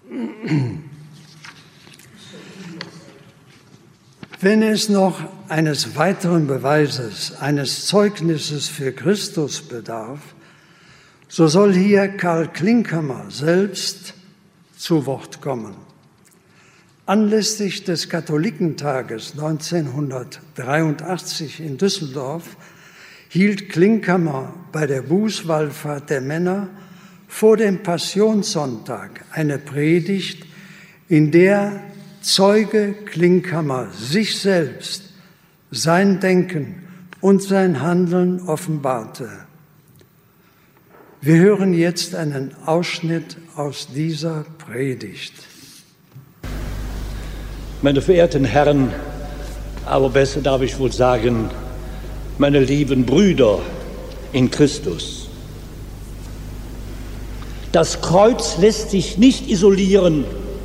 Wenn es noch eines weiteren Beweises, eines Zeugnisses für Christus bedarf, so soll hier Karl Klinkhammer selbst zu Wort kommen. Anlässlich des Katholikentages neunzehnhundertdreiundachtzig in Düsseldorf hielt Klinkhammer bei der Bußwallfahrt der Männer vor dem Passionssonntag eine Predigt, in der Zeuge Klinkhammer sich selbst, sein Denken und sein Handeln offenbarte. Wir hören jetzt einen Ausschnitt aus dieser Predigt. Meine verehrten Herren, aber besser darf ich wohl sagen, meine lieben Brüder in Christus. Das Kreuz lässt sich nicht isolieren.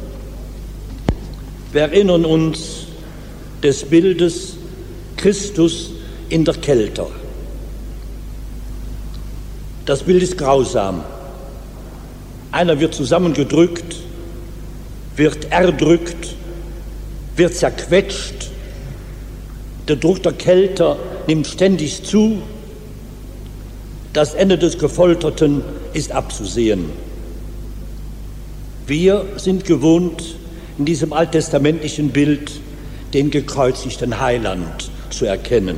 Wir erinnern uns des Bildes Christus in der Kälte. Das Bild ist grausam. Einer wird zusammengedrückt, wird erdrückt, wird zerquetscht. Der Druck der Kälte nimmt ständig zu. Das Ende des Gefolterten ist abzusehen. Wir sind gewohnt, in diesem alttestamentlichen Bild den gekreuzigten Heiland zu erkennen.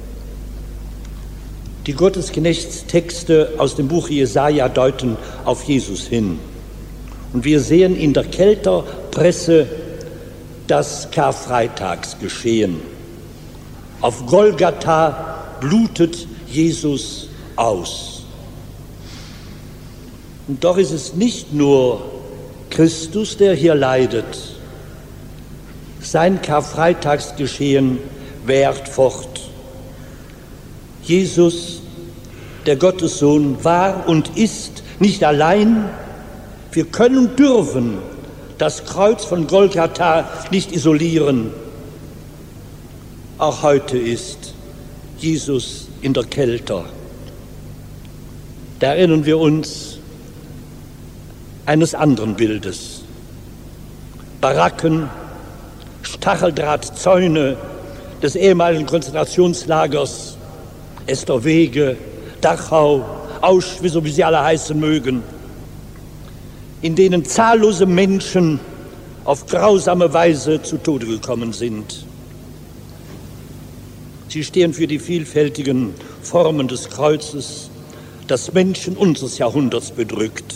Die Gottesknechtstexte aus dem Buch Jesaja deuten auf Jesus hin. Und wir sehen in der Kelterpresse das Karfreitagsgeschehen. Auf Golgatha blutet Jesus aus. Und doch ist es nicht nur Christus, der hier leidet. Sein Karfreitagsgeschehen währt fort. Jesus, der Gottessohn, war und ist nicht allein. Wir können und dürfen das Kreuz von Golgatha nicht isolieren. Auch heute ist Jesus in der Kälte. Da erinnern wir uns eines anderen Bildes. Baracken, Stacheldrahtzäune des ehemaligen Konzentrationslagers Esterwege, Dachau, Auschwitz, wie sie alle heißen mögen, in denen zahllose Menschen auf grausame Weise zu Tode gekommen sind. Sie stehen für die vielfältigen Formen des Kreuzes, das Menschen unseres Jahrhunderts bedrückt.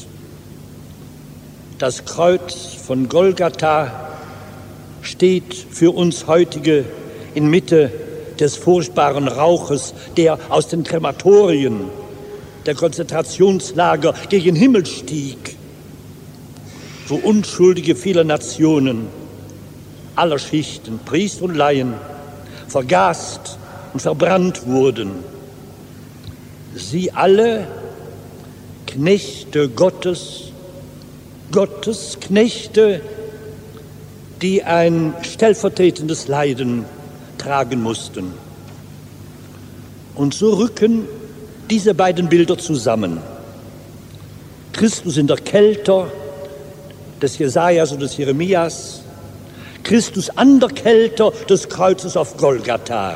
Das Kreuz von Golgatha steht für uns heutige inmitten des furchtbaren Rauches, der aus den Krematorien der Konzentrationslager gegen den Himmel stieg, wo Unschuldige vieler Nationen, aller Schichten, Priester und Laien, vergast und verbrannt wurden. Sie alle, Knechte Gottes, Gottes Knechte, die ein stellvertretendes Leiden tragen mussten. Und so rücken diese beiden Bilder zusammen. Christus in der Kälte des Jesajas und des Jeremias, Christus an der Kälte des Kreuzes auf Golgatha.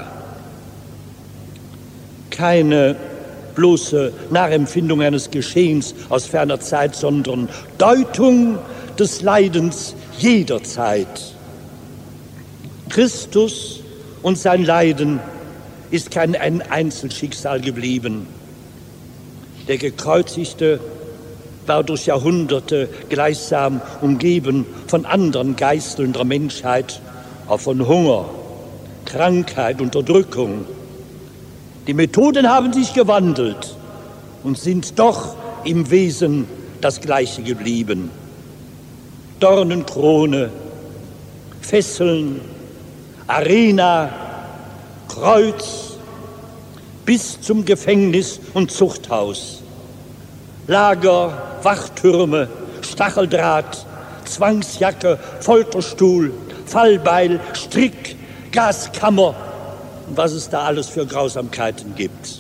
Keine bloße Nachempfindung eines Geschehens aus ferner Zeit, sondern Deutung des Leidens jeder Zeit. Christus und sein Leiden ist kein Einzelschicksal geblieben. Der Gekreuzigte war durch Jahrhunderte gleichsam umgeben von anderen Geißeln der Menschheit, auch von Hunger, Krankheit, Unterdrückung. Die Methoden haben sich gewandelt und sind doch im Wesen das Gleiche geblieben. Dornenkrone, Fesseln, Arena, Kreuz, bis zum Gefängnis und Zuchthaus. Lager, Wachtürme, Stacheldraht, Zwangsjacke, Folterstuhl, Fallbeil, Strick, Gaskammer und was es da alles für Grausamkeiten gibt.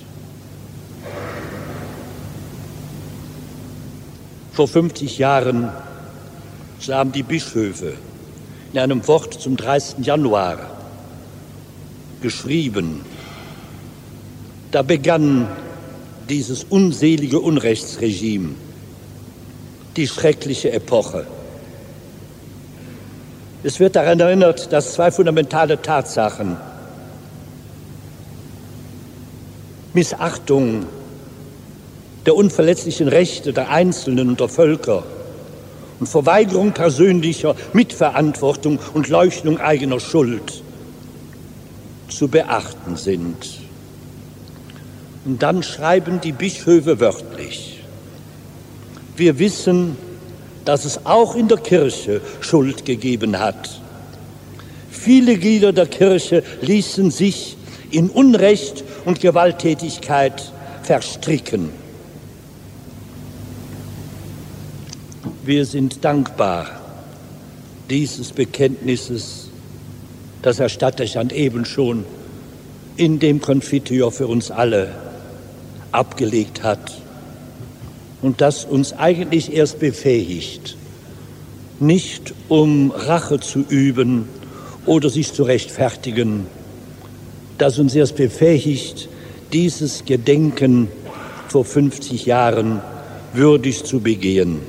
Vor fünfzig Jahren, so haben die Bischöfe in einem Wort zum dreißigsten Januar geschrieben, da begann dieses unselige Unrechtsregime, die schreckliche Epoche. Es wird daran erinnert, dass zwei fundamentale Tatsachen, Missachtung der unverletzlichen Rechte der Einzelnen und der Völker und Verweigerung persönlicher Mitverantwortung und Leugnung eigener Schuld zu beachten sind. Und dann schreiben die Bischöfe wörtlich: Wir wissen, dass es auch in der Kirche Schuld gegeben hat. Viele Glieder der Kirche ließen sich in Unrecht und Gewalttätigkeit verstricken. Wir sind dankbar dieses Bekenntnisses, das Herr Stadtdechant eben schon in dem Konfitior für uns alle abgelegt hat und das uns eigentlich erst befähigt, nicht um Rache zu üben oder sich zu rechtfertigen, das uns erst befähigt, dieses Gedenken vor fünfzig Jahren würdig zu begehen.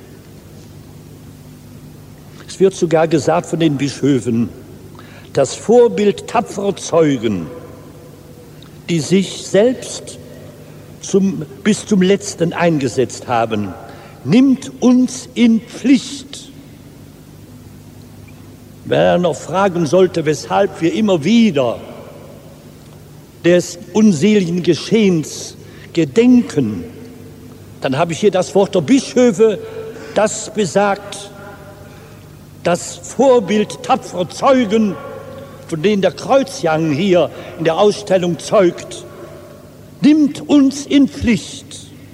Es wird sogar gesagt von den Bischöfen, das Vorbild tapferer Zeugen, die sich selbst zum, bis zum Letzten eingesetzt haben, nimmt uns in Pflicht. Wenn er noch fragen sollte, weshalb wir immer wieder des unseligen Geschehens gedenken, dann habe ich hier das Wort der Bischöfe, das besagt, das Vorbild tapferer Zeugen, von denen der Kreuzjang hier in der Ausstellung zeugt, nimmt uns in Pflicht.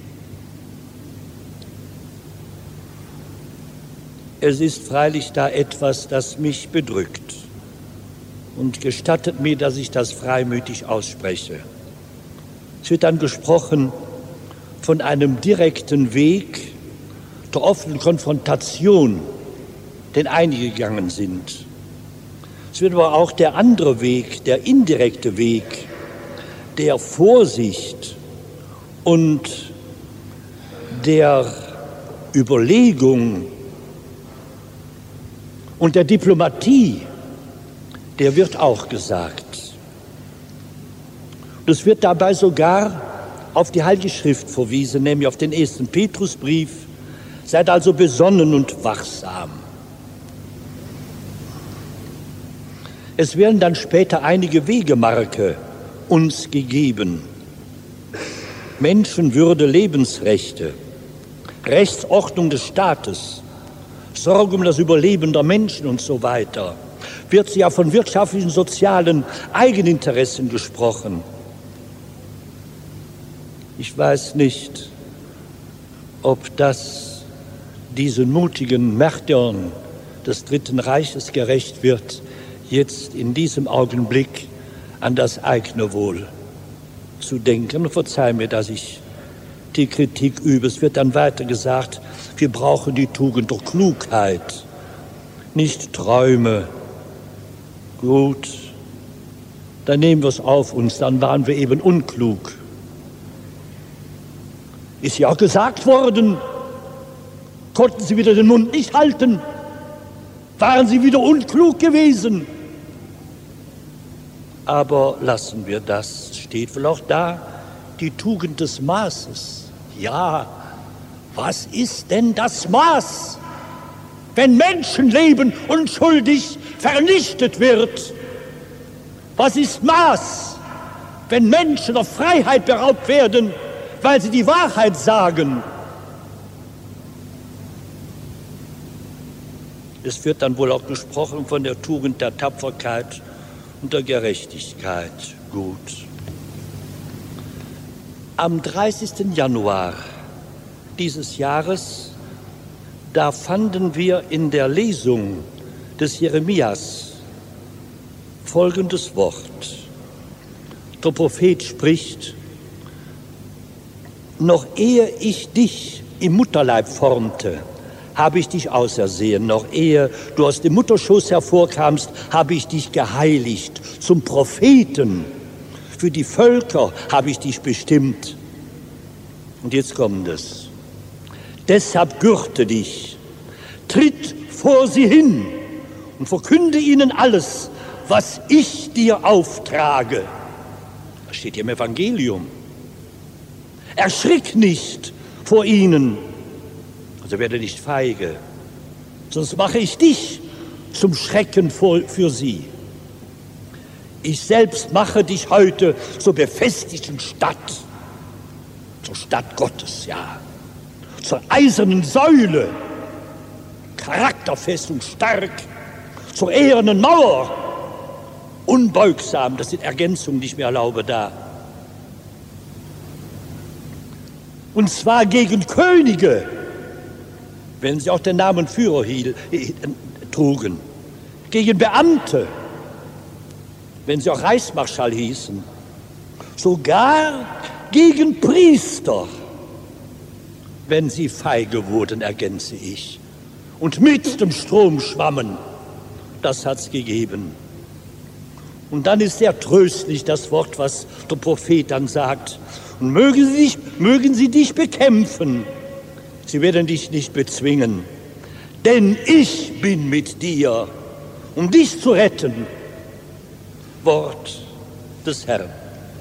Es ist freilich da etwas, das mich bedrückt und gestattet mir, dass ich das freimütig ausspreche. Es wird dann gesprochen von einem direkten Weg der offenen Konfrontation, den einige gegangen sind. Es wird aber auch der andere Weg, der indirekte Weg, der Vorsicht und der Überlegung und der Diplomatie, der wird auch gesagt. Und es wird dabei sogar auf die Heilige Schrift verwiesen, nämlich auf den ersten Petrusbrief. Seid also besonnen und wachsam. Es werden dann später einige Wegemarke uns gegeben. Menschenwürde, Lebensrechte, Rechtsordnung des Staates, Sorge um das Überleben der Menschen und so weiter. Wird ja von wirtschaftlichen, sozialen Eigeninteressen gesprochen. Ich weiß nicht, ob das diesen mutigen Märtyrern des Dritten Reiches gerecht wird, jetzt in diesem Augenblick an das eigene Wohl zu denken. Und verzeih mir, dass ich die Kritik übe. Es wird dann weiter gesagt, wir brauchen die Tugend der Klugheit, nicht Träume. Gut, dann nehmen wir es auf uns, dann waren wir eben unklug. Ist ja auch gesagt worden, konnten sie wieder den Mund nicht halten, waren sie wieder unklug gewesen. Aber lassen wir das, steht wohl auch da, die Tugend des Maßes. Ja, was ist denn das Maß, wenn Menschenleben unschuldig vernichtet wird? Was ist Maß, wenn Menschen der Freiheit beraubt werden, weil sie die Wahrheit sagen? Es wird dann wohl auch gesprochen von der Tugend der Tapferkeit und der Gerechtigkeit. Gut. Am dreißigsten Januar dieses Jahres, da fanden wir in der Lesung des Jeremias folgendes Wort. Der Prophet spricht: Noch ehe ich dich im Mutterleib formte, habe ich dich ausersehen. Noch ehe du aus dem Mutterschoß hervorkamst, habe ich dich geheiligt. Zum Propheten für die Völker habe ich dich bestimmt. Und jetzt kommt es. Deshalb gürte dich, tritt vor sie hin und verkünde ihnen alles, was ich dir auftrage. Das steht hier im Evangelium. Erschrick nicht vor ihnen, also werde nicht feige, sonst mache ich dich zum Schrecken für sie. Ich selbst mache dich heute zur befestigten Stadt, zur Stadt Gottes, ja, zur eisernen Säule, charakterfest und stark, zur ehernen Mauer, unbeugsam, das sind Ergänzungen, die ich mir erlaube da. Und zwar gegen Könige, wenn sie auch den Namen Führer hiel, äh, trugen, gegen Beamte, wenn sie auch Reichsmarschall hießen, sogar gegen Priester, wenn sie feige wurden, ergänze ich, und mit dem Strom schwammen. Das hat's gegeben. Und dann ist sehr tröstlich das Wort, was der Prophet dann sagt. Und mögen sie dich, mögen sie dich bekämpfen, sie werden dich nicht bezwingen. Denn ich bin mit dir, um dich zu retten. Wort des Herrn.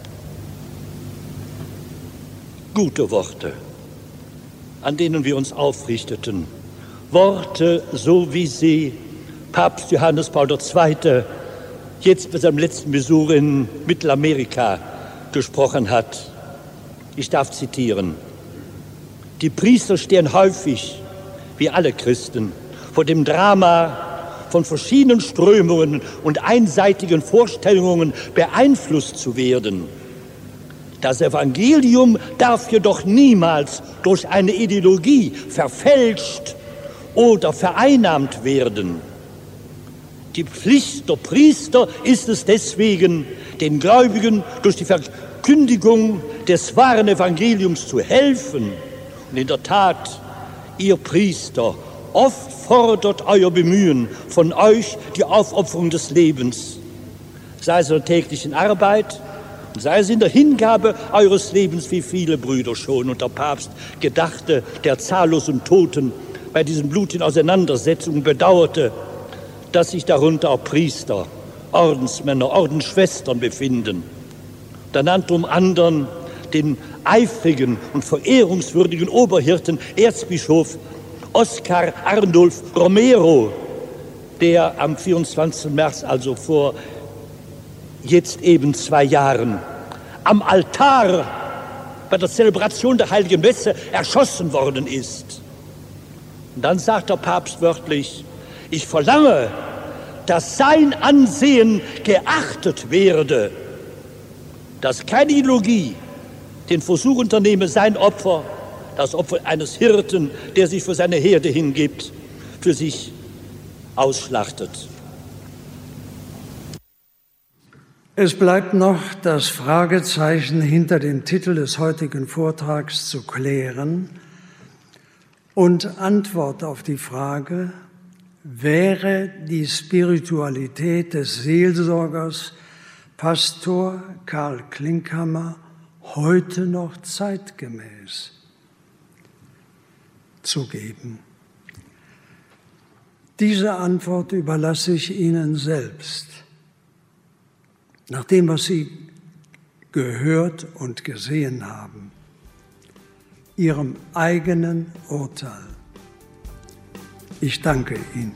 Gute Worte, an denen wir uns aufrichteten. Worte, so wie sie Papst Johannes Paul der Zweite jetzt bei seinem letzten Besuch in Mittelamerika gesprochen hat. Ich darf zitieren. Die Priester stehen häufig, wie alle Christen, vor dem Drama von verschiedenen Strömungen und einseitigen Vorstellungen beeinflusst zu werden. Das Evangelium darf jedoch niemals durch eine Ideologie verfälscht oder vereinnahmt werden. Die Pflicht der Priester ist es deswegen, den Gläubigen durch die Verkündigung des wahren Evangeliums zu helfen. Und in der Tat, ihr Priester, oft fordert euer Bemühen von euch die Aufopferung des Lebens, sei es in der täglichen Arbeit, sei es in der Hingabe eures Lebens, wie viele Brüder schon. Und der Papst gedachte der zahllosen Toten bei diesen blutigen Auseinandersetzungen, bedauerte, dass sich darunter auch Priester, Ordensmänner, Ordensschwestern befinden. Da nannte um anderen den eifrigen und verehrungswürdigen Oberhirten, Erzbischof Oskar Arnulf Romero, der am vierundzwanzigsten März, also vor jetzt eben zwei Jahren, am Altar bei der Zelebration der Heiligen Messe erschossen worden ist. Und dann sagt der Papst wörtlich: Ich verlange, dass sein Ansehen geachtet werde, dass keine Ideologie den Versuch unternehme, sein Opfer, das Opfer eines Hirten, der sich für seine Herde hingibt, für sich ausschlachtet. Es bleibt noch das Fragezeichen hinter dem Titel des heutigen Vortrags zu klären und Antwort auf die Frage: Wäre die Spiritualität des Seelsorgers Pastor Karl Klinkhammer heute noch zeitgemäß? Zugeben. Diese Antwort überlasse ich Ihnen selbst. Nach dem, was Sie gehört und gesehen haben, Ihrem eigenen Urteil. Ich danke Ihnen.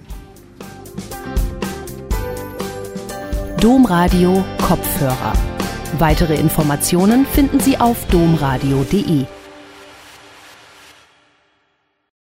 Domradio Kopfhörer. Weitere Informationen finden Sie auf domradio punkt de.